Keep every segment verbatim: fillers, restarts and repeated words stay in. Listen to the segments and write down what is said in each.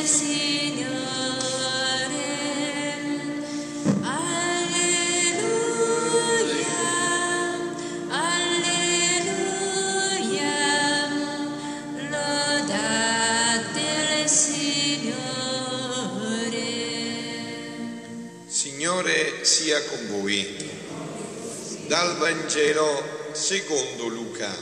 Signore sia con voi. Dal Vangelo secondo Luca.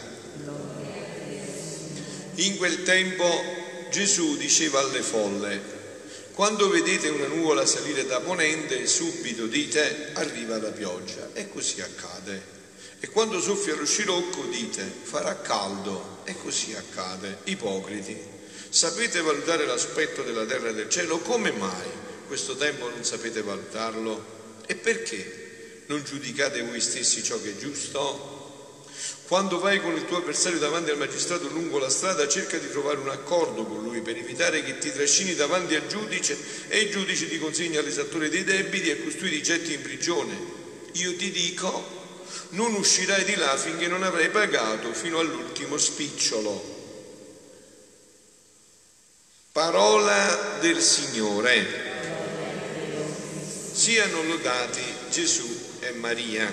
In quel tempo Gesù diceva alle folle: quando vedete una nuvola salire da ponente, subito dite: arriva la pioggia, e così accade. E quando soffia lo scirocco, dite: farà caldo, e così accade. Ipocriti, sapete valutare l'aspetto della terra e del cielo? Come mai questo tempo non sapete valutarlo? E perché non giudicate voi stessi ciò che è giusto? Quando vai con il tuo avversario davanti al magistrato lungo la strada, cerca di trovare un accordo con lui per evitare che ti trascini davanti al giudice e il giudice ti consegna all'esattore dei debiti e costui ti getti in prigione. Io ti dico, non uscirai di là finché non avrai pagato fino all'ultimo spicciolo. Parola del Signore. Siano lodati Gesù e Maria.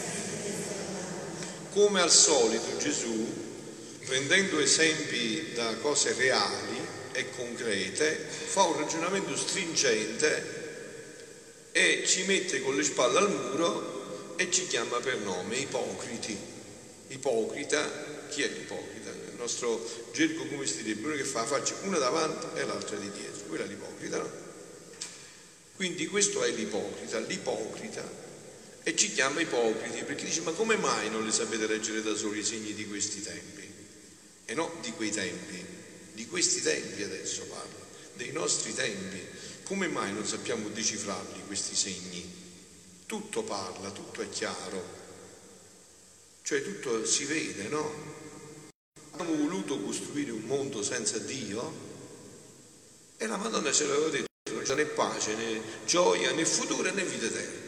Come al solito Gesù, prendendo esempi da cose reali e concrete, fa un ragionamento stringente e ci mette con le spalle al muro e ci chiama per nome: ipocriti. Ipocrita, chi è l'ipocrita? Nel nostro gergo come si direbbe? Uno che fa la faccia una davanti e l'altra di dietro, quella è l'ipocrita, no? Quindi questo è l'ipocrita, l'ipocrita, e ci chiama ipocriti perché dice: ma come mai non li sapete leggere da soli i segni di questi tempi? E no di quei tempi, di questi tempi adesso parlo, dei nostri tempi. Come mai non sappiamo decifrarli questi segni? Tutto parla, tutto è chiaro, cioè tutto si vede, no? Abbiamo voluto costruire un mondo senza Dio e la Madonna ce l'aveva detto: non c'è né pace, né gioia, né futuro, né vita eterna.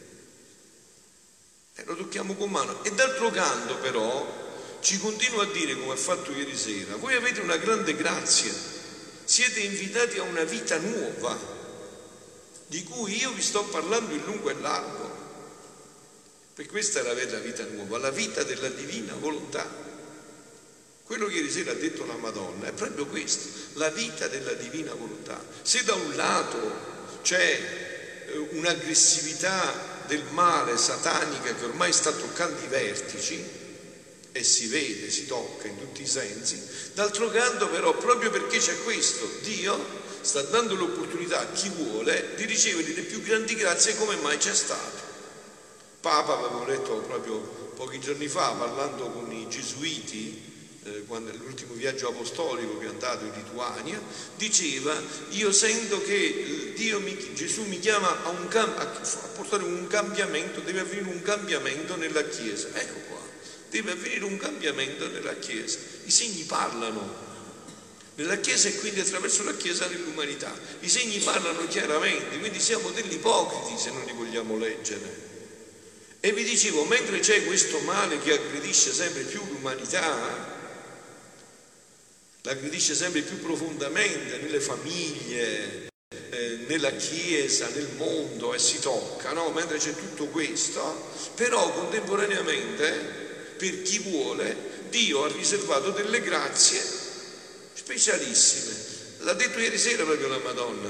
E lo tocchiamo con mano. E d'altro canto però ci continua a dire, come ha fatto ieri sera: voi avete una grande grazia, siete invitati a una vita nuova, di cui io vi sto parlando in lungo e largo. Perché questa è la vera vita nuova, la vita della divina volontà. Quello che ieri sera ha detto la Madonna è proprio questo, la vita della divina volontà. Se da un lato c'è un'aggressività del male satanica che ormai sta toccando i vertici, e si vede, si tocca in tutti i sensi, d'altro canto però, proprio perché c'è questo, Dio sta dando l'opportunità a chi vuole di ricevere le più grandi grazie come mai c'è stato. Papa, avevo letto proprio pochi giorni fa, parlando con i gesuiti, quando l'ultimo viaggio apostolico che è andato in Lituania, diceva: io sento che Dio mi, Gesù mi chiama a, un, a portare un cambiamento, deve avvenire un cambiamento nella Chiesa. Ecco qua, deve avvenire un cambiamento nella Chiesa. I segni parlano nella Chiesa e quindi attraverso la Chiesa nell'umanità. I segni parlano chiaramente, quindi siamo degli ipocriti se non li vogliamo leggere. E vi dicevo, mentre c'è questo male che aggredisce sempre più l'umanità, l'aggredisce sempre più profondamente nelle famiglie, eh, nella Chiesa, nel mondo, e si tocca, no? Mentre c'è tutto questo, però contemporaneamente, per chi vuole, Dio ha riservato delle grazie specialissime. L'ha detto ieri sera proprio la Madonna.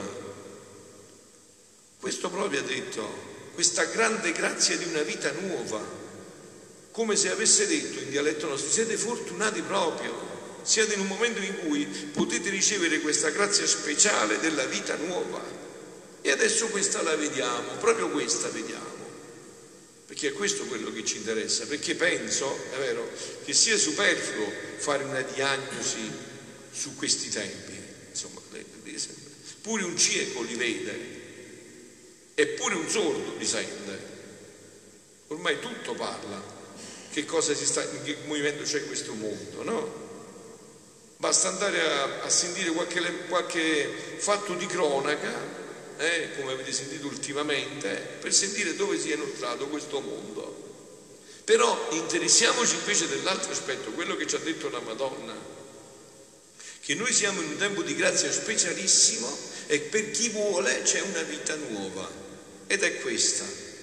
Questo proprio ha detto, questa grande grazia di una vita nuova, come se avesse detto in dialetto nostro: siete fortunati proprio. Siete in un momento in cui potete ricevere questa grazia speciale della vita nuova. E adesso questa la vediamo, proprio questa vediamo. Perché è questo quello che ci interessa. Perché penso, è vero, che sia superfluo fare una diagnosi su questi tempi. Insomma, pure un cieco li vede, eppure un sordo li sente. Ormai tutto parla. Che cosa si sta, in che movimento c'è in questo mondo, no? Basta andare a, a sentire qualche, qualche fatto di cronaca, eh, come avete sentito ultimamente, per sentire dove si è inoltrato questo mondo. Però interessiamoci invece dell'altro aspetto, quello che ci ha detto la Madonna, che noi siamo in un tempo di grazia specialissimo e per chi vuole c'è una vita nuova, ed è questa.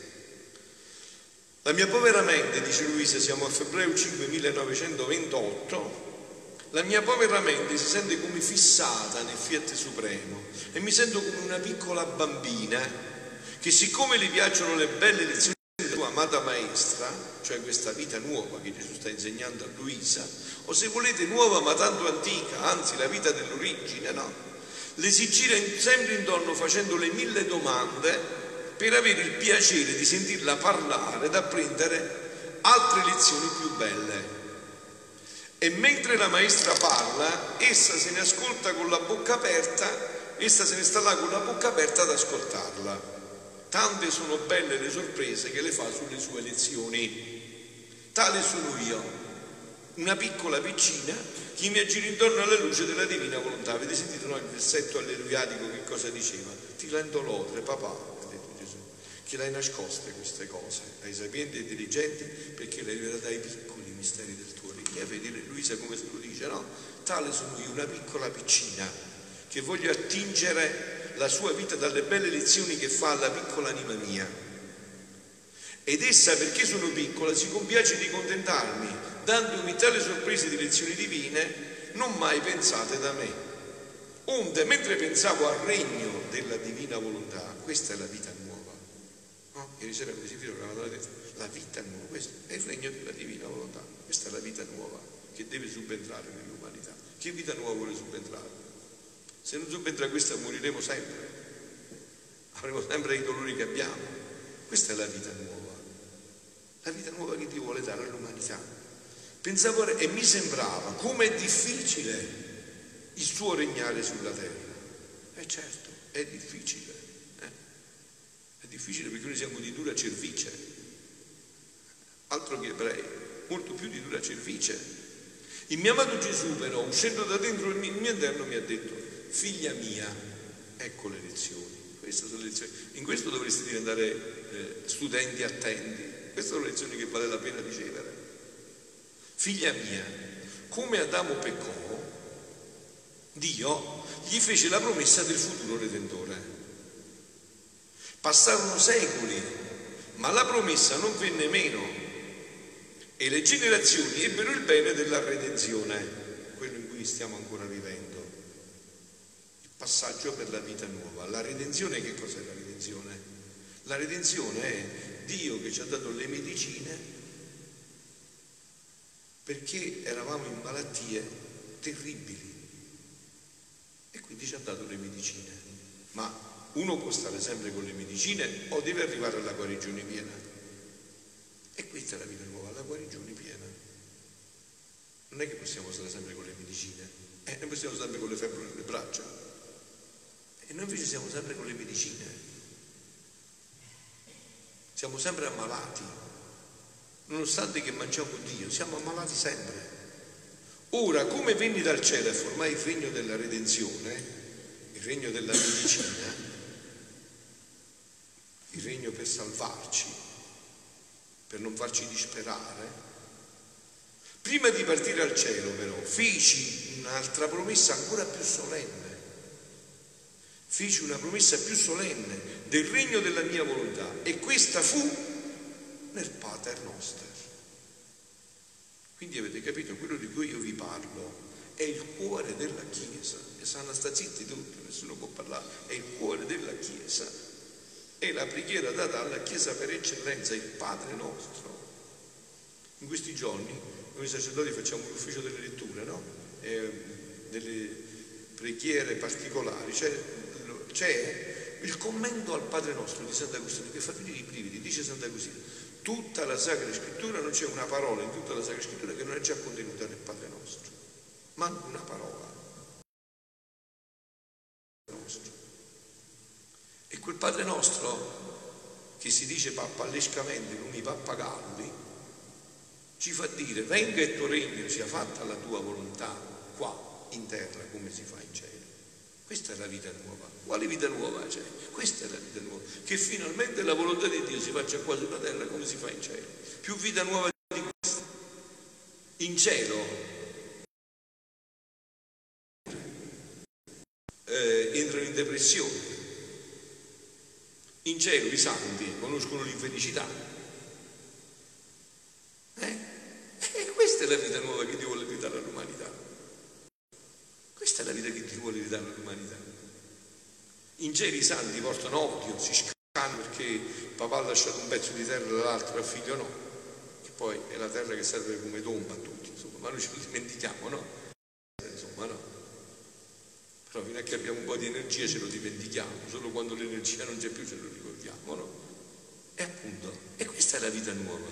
La mia povera mente, dice Luisa, siamo a febbraio cinque millenovecentoventotto, la mia povera mente si sente come fissata nel Fiat Supremo e mi sento come una piccola bambina che, siccome le piacciono le belle lezioni della tua amata maestra, cioè questa vita nuova che Gesù sta insegnando a Luisa, o se volete nuova ma tanto antica, anzi la vita dell'origine, no? Le si gira sempre intorno facendo le mille domande per avere il piacere di sentirla parlare ed apprendere altre lezioni più belle. E mentre la maestra parla, essa se ne ascolta con la bocca aperta, essa se ne sta là con la bocca aperta ad ascoltarla. Tante sono belle le sorprese che le fa sulle sue lezioni. Tale sono io, una piccola piccina che mi aggiro intorno alla luce della divina volontà. Avete sentito, no, il versetto alleluiatico che cosa diceva? Ti rendo lode, papà, ha detto Gesù, che l'hai nascoste queste cose ai sapienti e ai diligenti, perché le hai rivelate ai piccoli misteri del tuo regno. E vedi Luisa come se lo dice, no? Tale sono io, una piccola piccina che voglio attingere la sua vita dalle belle lezioni che fa alla piccola anima mia. Ed essa, perché sono piccola, si compiace di contentarmi, dandomi tale sorprese di lezioni divine non mai pensate da me. Onde, mentre pensavo al regno della divina volontà, questa è la vita nuova, no? Ieri sera mi si firmava la vita nuova, questo è il regno della divina volontà, questa è la vita nuova che deve subentrare nell'umanità. Che vita nuova vuole subentrare? Se non subentra questa moriremo sempre, avremo sempre i dolori che abbiamo. Questa è la vita nuova, la vita nuova che Dio vuole dare all'umanità. Pensavo e mi sembrava come è difficile il suo regnare sulla terra. E certo, è difficile, eh? È difficile perché noi siamo di dura cervice, altro che ebrei, molto più di dura cervice. Il mio amato Gesù però, uscendo da dentro il mio interno, mi ha detto: figlia mia, ecco le lezioni. Queste sono le lezioni. In questo dovreste diventare eh, studenti attenti. Queste sono le lezioni che vale la pena ricevere. Figlia mia, come Adamo peccò, Dio gli fece la promessa del futuro Redentore. Passarono secoli, ma la promessa non venne meno e le generazioni ebbero il bene della redenzione, quello in cui stiamo ancora vivendo. Il passaggio per la vita nuova. La redenzione, che cos'è la redenzione? La redenzione è Dio che ci ha dato le medicine perché eravamo in malattie terribili e quindi ci ha dato le medicine. Ma uno può stare sempre con le medicine o deve arrivare alla guarigione piena? E questa è la vita nuova, la guarigione piena. Non è che possiamo stare sempre con le medicine, eh, noi possiamo stare sempre con le febbri nelle braccia, e noi invece siamo sempre con le medicine, siamo sempre ammalati, nonostante che mangiamo Dio, siamo ammalati sempre. Ora, come venni dal cielo e formai il regno della redenzione, il regno della medicina, il regno per salvarci, per non farci disperare, prima di partire al cielo però feci un'altra promessa ancora più solenne. Feci una promessa più solenne del regno della mia volontà, e questa fu nel Pater Noster. Quindi avete capito, quello di cui io vi parlo è il cuore della Chiesa, e sanno sta zitti tutti, nessuno può parlare, è il cuore della Chiesa, è la preghiera data alla Chiesa per eccellenza, il Padre Nostro. In questi giorni noi sacerdoti facciamo l'ufficio delle letture, no? Eh, delle preghiere particolari, c'è, c'è il commento al Padre Nostro di Sant'Agostino che fa venire i brividi. Dice Sant'Agostino: tutta la Sacra Scrittura, non c'è una parola in tutta la Sacra Scrittura che non è già contenuta nel Padre Nostro, manca una parola. E quel Padre Nostro che si dice pappallescamente come i pappagalli ci fa dire: venga il tuo regno, sia fatta la tua volontà qua in terra come si fa in cielo. Questa è la vita nuova. Quale vita nuova c'è? Questa è la vita nuova, che finalmente la volontà di Dio si faccia qua sulla terra come si fa in cielo. Più vita nuova di questa. In cielo depressione. In cielo i santi conoscono l'infelicità. Eh? E questa è la vita nuova che Dio vuole ridare all'umanità. Questa è la vita che Dio vuole ridare all'umanità. In cielo i santi portano odio, si scannano perché il papà ha lasciato un pezzo di terra dall'altro, al figlio no, che poi è la terra che serve come tomba a tutti, insomma, ma noi ce lo dimentichiamo, no? Insomma, no. Però fino a che abbiamo un po' di energia ce lo dimentichiamo, solo quando l'energia non c'è più ce lo ricordiamo, no? E appunto, e questa è la vita nuova.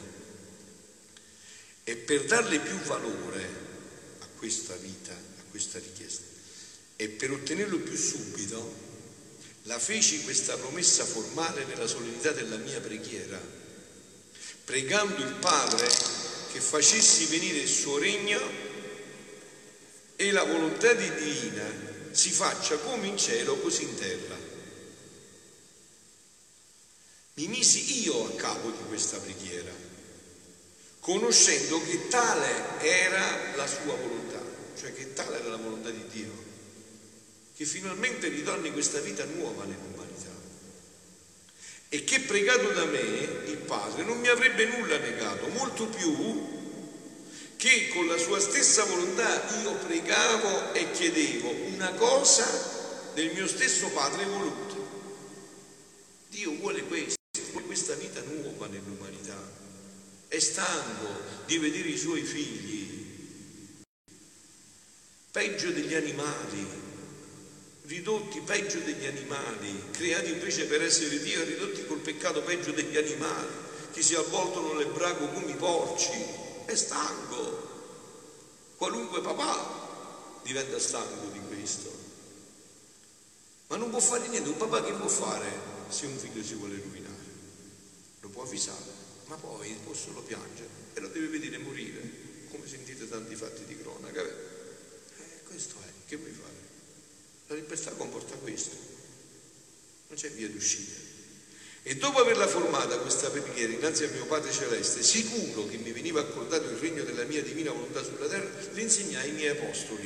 E per darle più valore a questa vita, a questa richiesta, e per ottenerlo più subito, la feci questa promessa formale nella solennità della mia preghiera, pregando il Padre che facessi venire il suo regno e la volontà divina si faccia come in cielo così in terra. Mi misi io a capo di questa preghiera, conoscendo che tale era la sua volontà, cioè che tale era la volontà di Dio, che finalmente ritorni questa vita nuova nell'umanità, e che pregato da me il Padre non mi avrebbe nulla negato, molto più che con la sua stessa volontà io pregavo e chiedevo una cosa del mio stesso Padre voluto. Dio vuole questo, vuole questa vita nuova nell'umanità. È stanco di vedere i suoi figli peggio degli animali, ridotti peggio degli animali, creati invece per essere Dio, ridotti col peccato peggio degli animali, che si avvoltono nel brago come i porci. È stanco. Qualunque papà diventa stanco di questo. Ma non può fare niente. Un papà che può fare se un figlio si vuole rovinare? Lo può avvisare, ma poi può solo piangere e lo deve vedere morire, come sentite tanti fatti di cronaca. Eh, questo è. Che vuoi fare? La libertà comporta questo. Non c'è via d'uscita. E dopo averla formata questa preghiera innanzi al mio Padre Celeste, sicuro che mi veniva accordato il regno della mia divina volontà sulla terra, l'insegnai ai miei apostoli,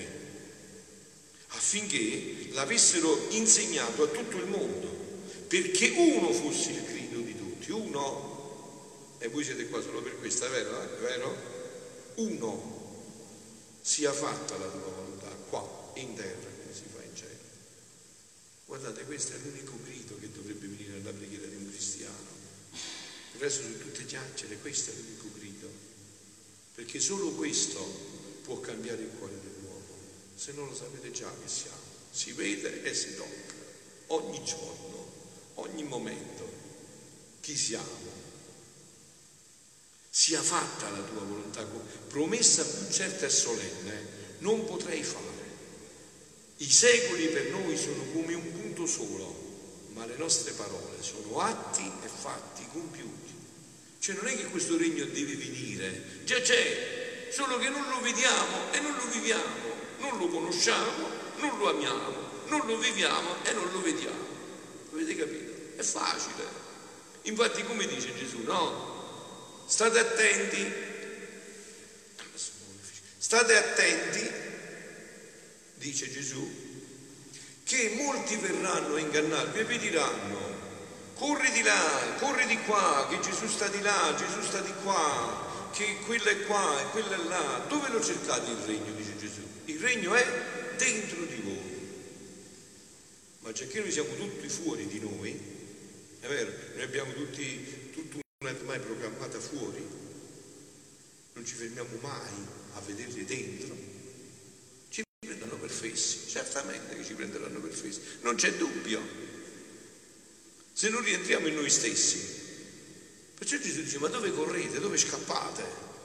affinché l'avessero insegnato a tutto il mondo, perché uno fosse il grido di tutti, uno, e voi siete qua solo per questo, è vero? Eh? È vero? Uno, sia fatta la tua volontà qua in terra come si fa in cielo. Guardate, questo è l'unico grido che dovrebbe venire alla preghiera di un cristiano. Il resto sono tutte chiacchiere, questo è l'unico grido. Perché solo questo può cambiare il cuore dell'uomo. Se non lo sapete già che siamo. Si vede e si tocca. Ogni giorno, ogni momento. Chi siamo? Sia fatta la tua volontà, promessa più certa e solenne, non potrei fare. I secoli per noi sono come un punto solo, ma le nostre parole sono atti e fatti compiuti. Cioè non è che questo regno deve venire, già c'è, solo che non lo vediamo e non lo viviamo, non lo conosciamo, non lo amiamo, non lo viviamo e non lo vediamo. Avete capito? È facile. Infatti come dice Gesù, no? State attenti, state attenti, dice Gesù, che molti verranno a ingannarvi e vi diranno: corri di là, corri di qua, che Gesù sta di là, Gesù sta di qua, che quello è qua e quello è là. Dove lo cercate il regno, dice Gesù? Il regno è dentro di voi. Ma già che noi siamo tutti fuori di noi, è vero, noi abbiamo tutti, tutta una mai programmata fuori, non ci fermiamo mai a vederli dentro. Prenderanno per fessi, certamente che ci prenderanno per fessi, non c'è dubbio, se non rientriamo in noi stessi. Perciò Gesù dice: ma dove correte, dove scappate?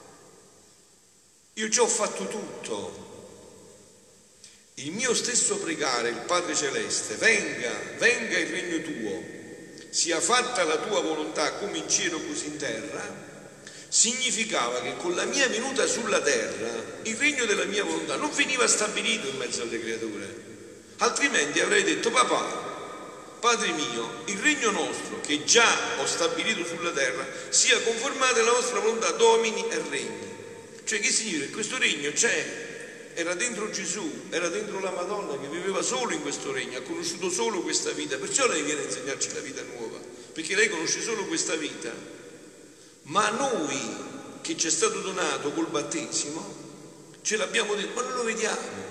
Io già ho fatto tutto. Il mio stesso pregare, il Padre Celeste, venga, venga il regno tuo, sia fatta la tua volontà come in cielo così in terra, significava che con la mia venuta sulla terra il regno della mia volontà non veniva stabilito in mezzo alle creature, altrimenti avrei detto: papà, Padre mio, il regno nostro che già ho stabilito sulla terra sia conformato alla vostra volontà, domini e regni. Cioè che significa che questo regno c'è, era dentro Gesù, era dentro la Madonna che viveva solo in questo regno, ha conosciuto solo questa vita, perciò lei viene a insegnarci la vita nuova, perché lei conosce solo questa vita. Ma noi, che ci è stato donato col battesimo, ce l'abbiamo detto, ma non lo vediamo.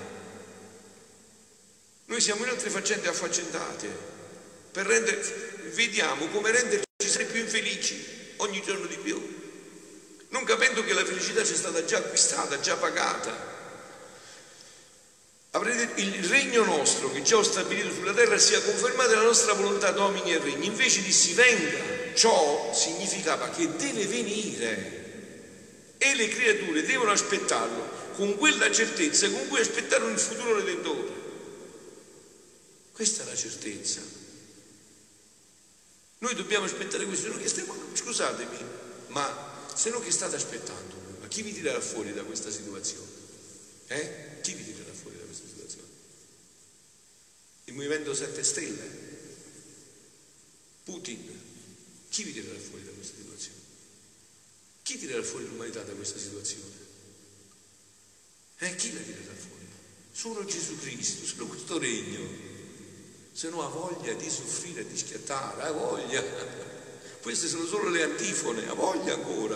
Noi siamo in altre faccende affaccendate, per rendere, vediamo come renderci sempre più infelici ogni giorno di più, non capendo che la felicità ci è stata già acquistata, già pagata. Avrete il regno nostro che già ho stabilito sulla terra sia confermata la nostra volontà domini e regni. Invece di si venga, ciò significava che deve venire e le creature devono aspettarlo con quella certezza con cui aspettarono il futuro Redentore. Questa è la certezza. Noi dobbiamo aspettare questo. Non che stiamo, scusatemi, ma se no che state aspettando? Ma chi vi tirerà fuori da questa situazione? Eh? Chi vi tirerà fuori da questa situazione? Il Movimento sette Stelle? Putin? Chi vi tirerà fuori da questa situazione? Chi tirerà fuori l'umanità da questa situazione? Eh, chi la tirerà fuori? Solo Gesù Cristo, solo questo regno. Se no ha voglia di soffrire e di schiattare, ha voglia. Queste sono solo le antifone, ha voglia ancora.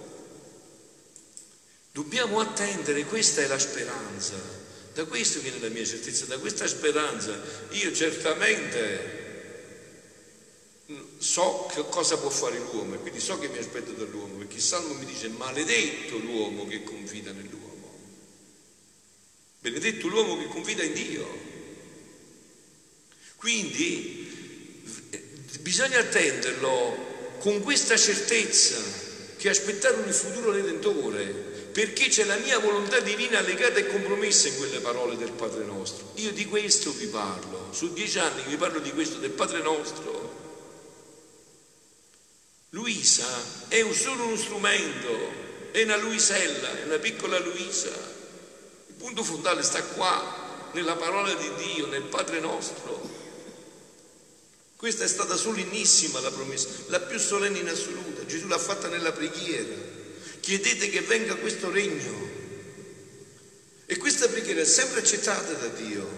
Dobbiamo attendere, questa è la speranza. Da questo viene la mia certezza, da questa speranza. Io certamente so che cosa può fare l'uomo e quindi so che mi aspetto dall'uomo, perché il Salmo mi dice maledetto l'uomo che confida nell'uomo. Benedetto l'uomo che confida in Dio. Quindi bisogna attenderlo con questa certezza che aspettarono il futuro Redentore, perché c'è la mia volontà divina legata e compromessa in quelle parole del Padre nostro. Io di questo vi parlo, su dieci anni vi parlo di questo, del Padre nostro. Luisa è solo uno strumento, è una Luisella, è una piccola Luisa. Il punto fondale sta qua, nella parola di Dio, nel Padre nostro. Questa è stata solenissima la promessa, la più solenne in assoluto. Gesù l'ha fatta nella preghiera. Chiedete che venga questo regno. E questa preghiera è sempre accettata da Dio.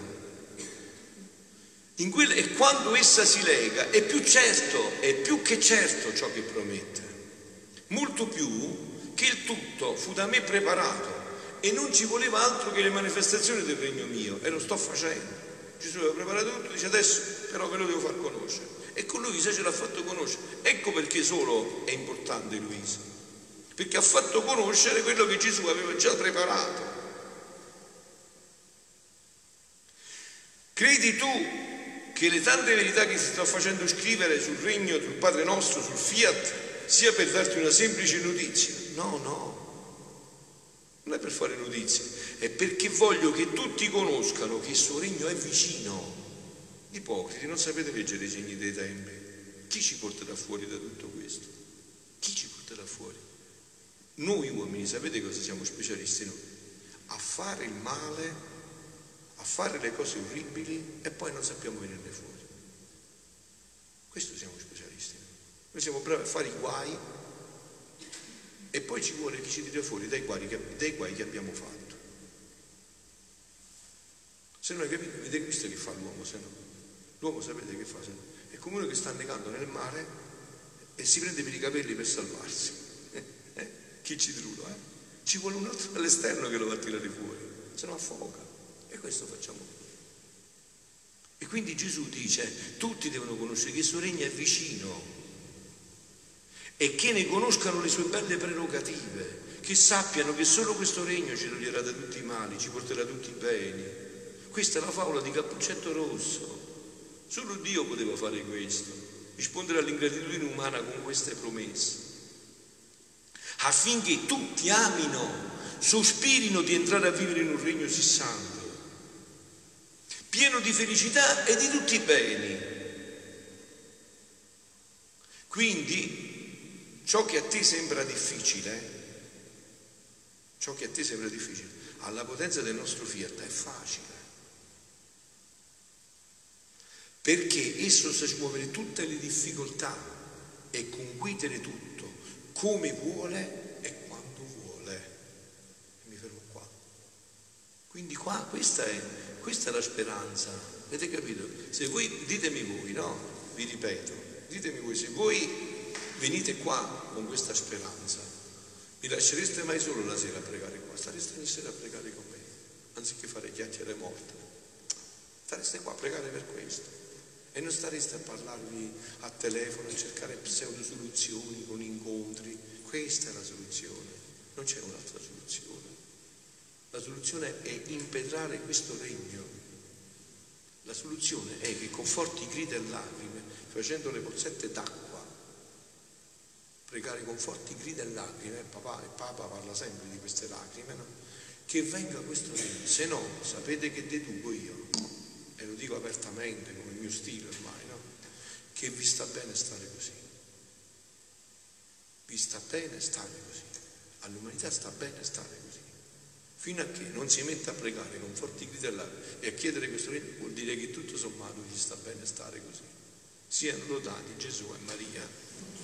In quella, e quando essa si lega, è più certo, è più che certo ciò che promette. Molto più che il tutto fu da me preparato e non ci voleva altro che le manifestazioni del regno mio. E lo sto facendo. Gesù aveva preparato tutto, dice adesso però ve lo devo far conoscere. E con Luisa ce l'ha fatto conoscere. Ecco perché solo è importante Luisa. Perché ha fatto conoscere quello che Gesù aveva già preparato. Credi tu che le tante verità che ti sto facendo scrivere sul regno, sul Padre nostro, sul Fiat, sia per darti una semplice notizia? No, no. Non è per fare notizie, è perché voglio che tutti conoscano che il suo regno è vicino. Ipocriti, non sapete leggere i segni dei tempi. Chi ci porterà fuori da tutto questo? Chi ci porterà fuori? Noi uomini, sapete cosa siamo specialisti noi? A fare il male, a fare le cose orribili e poi non sappiamo venirne fuori. Questo siamo specialisti. Noi siamo bravi a fare i guai e poi ci vuole chi ci tira fuori dai guai che, dai guai che abbiamo fatto. Se non hai capito, avete visto che fa l'uomo, se no? L'uomo sapete che fa? Se no? È come uno che sta annegando nel mare e si prende per i capelli per salvarsi. Eh? Chi ci trula, eh? Ci vuole un altro dall'esterno che lo va a tirare fuori, se no affoga. E questo facciamo. E quindi Gesù dice, tutti devono conoscere che il suo regno è vicino. E che ne conoscano le sue belle prerogative, che sappiano che solo questo regno ci toglierà da tutti i mali, ci porterà tutti i beni. Questa è la favola di Cappuccetto Rosso. Solo Dio poteva fare questo, rispondere all'ingratitudine umana con queste promesse, affinché tutti amino, sospirino di entrare a vivere in un regno sì santo, pieno di felicità e di tutti i beni. Quindi ciò che a te sembra difficile, ciò che a te sembra difficile, alla potenza del nostro Fiat è facile. Perché esso sa smuovere tutte le difficoltà e conquitere tutto come vuole e quando vuole. E mi fermo qua. Quindi qua questa è, questa è la speranza, avete capito? Se voi, ditemi voi, no? Vi ripeto, ditemi voi, se voi venite qua con questa speranza, mi lascereste mai solo la sera a pregare qua? Stareste ogni sera a pregare con me, anziché fare chiacchiere morte. Stareste qua a pregare per questo. E non stareste a parlarvi a telefono, a cercare pseudo soluzioni con incontri. Questa è la soluzione, non c'è un'altra soluzione. La soluzione è impetrare questo regno. La soluzione è che con forti grida e lacrime, facendo le pozzette d'acqua, pregare con forti grida e lacrime, papà, il Papa parla sempre di queste lacrime, no? Che venga questo regno. Se no, sapete che deduco io, e lo dico apertamente come il mio stile ormai, no? Che vi sta bene stare così. Vi sta bene stare così. All'umanità sta bene stare così. Fino a che non si mette a pregare con forti grida e a chiedere questo regno, vuol dire che tutto sommato gli sta bene stare così. Siano lodati Gesù e Maria.